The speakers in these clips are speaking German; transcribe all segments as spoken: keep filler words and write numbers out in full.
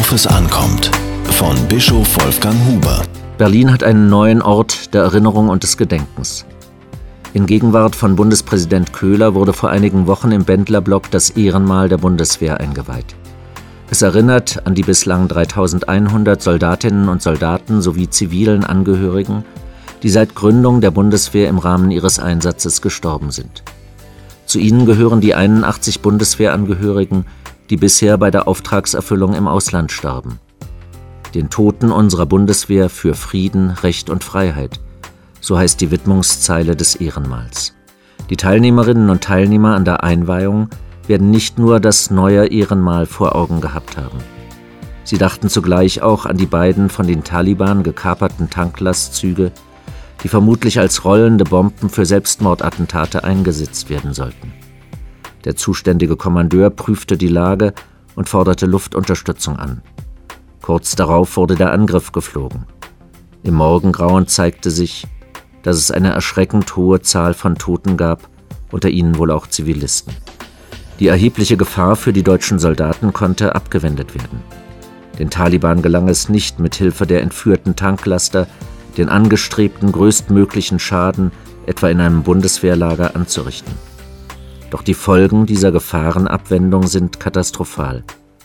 Worauf es ankommt, von Bischof Wolfgang Huber. Berlin hat einen neuen Ort der Erinnerung und des Gedenkens. In Gegenwart von Bundespräsident Köhler wurde vor einigen Wochen im Bendlerblock das Ehrenmal der Bundeswehr eingeweiht. Es erinnert an die bislang dreitausendeinhundert Soldatinnen und Soldaten sowie zivilen Angehörigen, die seit Gründung der Bundeswehr im Rahmen ihres Einsatzes gestorben sind. Zu ihnen gehören die einundachtzig Bundeswehrangehörigen, die bisher bei der Auftragserfüllung im Ausland starben. Den Toten unserer Bundeswehr für Frieden, Recht und Freiheit. So heißt die Widmungszeile des Ehrenmals. Die Teilnehmerinnen und Teilnehmer an der Einweihung werden nicht nur das neue Ehrenmal vor Augen gehabt haben. Sie dachten zugleich auch an die beiden von den Taliban gekaperten Tanklastzüge, die vermutlich als rollende Bomben für Selbstmordattentate eingesetzt werden sollten. Der zuständige Kommandeur prüfte die Lage und forderte Luftunterstützung an. Kurz darauf wurde der Angriff geflogen. Im Morgengrauen zeigte sich, dass es eine erschreckend hohe Zahl von Toten gab, unter ihnen wohl auch Zivilisten. Die erhebliche Gefahr für die deutschen Soldaten konnte abgewendet werden. Den Taliban gelang es nicht, mit Hilfe der entführten Tanklaster den angestrebten größtmöglichen Schaden etwa in einem Bundeswehrlager anzurichten. Doch die Folgen dieser Gefahrenabwendung sind katastrophal.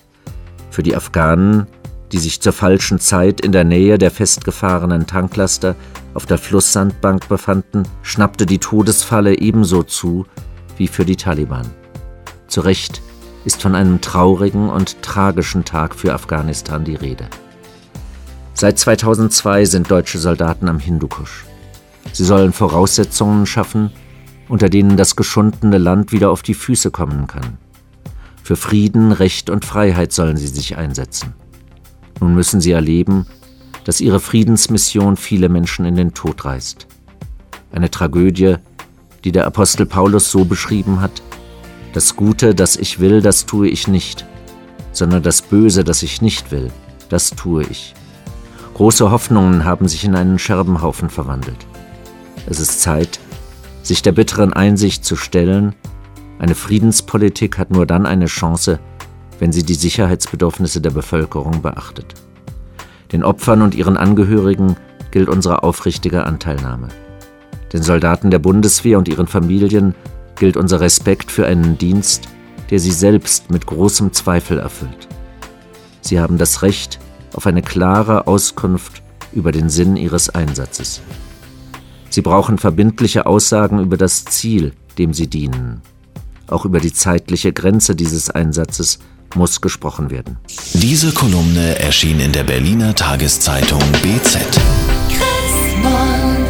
Für die Afghanen, die sich zur falschen Zeit in der Nähe der festgefahrenen Tanklaster auf der Flusssandbank befanden, schnappte die Todesfalle ebenso zu wie für die Taliban. Zu Recht ist von einem traurigen und tragischen Tag für Afghanistan die Rede. Seit zweitausendzwei sind deutsche Soldaten am Hindukusch. Sie sollen Voraussetzungen schaffen, unter denen das geschundene Land wieder auf die Füße kommen kann. Für Frieden, Recht und Freiheit sollen sie sich einsetzen. Nun müssen sie erleben, dass ihre Friedensmission viele Menschen in den Tod reißt. Eine Tragödie, die der Apostel Paulus so beschrieben hat: Das Gute, das ich will, das tue ich nicht, sondern das Böse, das ich nicht will, das tue ich. Große Hoffnungen haben sich in einen Scherbenhaufen verwandelt. Es ist Zeit, sich der bitteren Einsicht zu stellen: Eine Friedenspolitik hat nur dann eine Chance, wenn sie die Sicherheitsbedürfnisse der Bevölkerung beachtet. Den Opfern und ihren Angehörigen gilt unsere aufrichtige Anteilnahme. Den Soldaten der Bundeswehr und ihren Familien gilt unser Respekt für einen Dienst, der sie selbst mit großem Zweifel erfüllt. Sie haben das Recht auf eine klare Auskunft über den Sinn ihres Einsatzes. Sie brauchen verbindliche Aussagen über das Ziel, dem sie dienen. Auch über die zeitliche Grenze dieses Einsatzes muss gesprochen werden. Diese Kolumne erschien in der Berliner Tageszeitung B Z.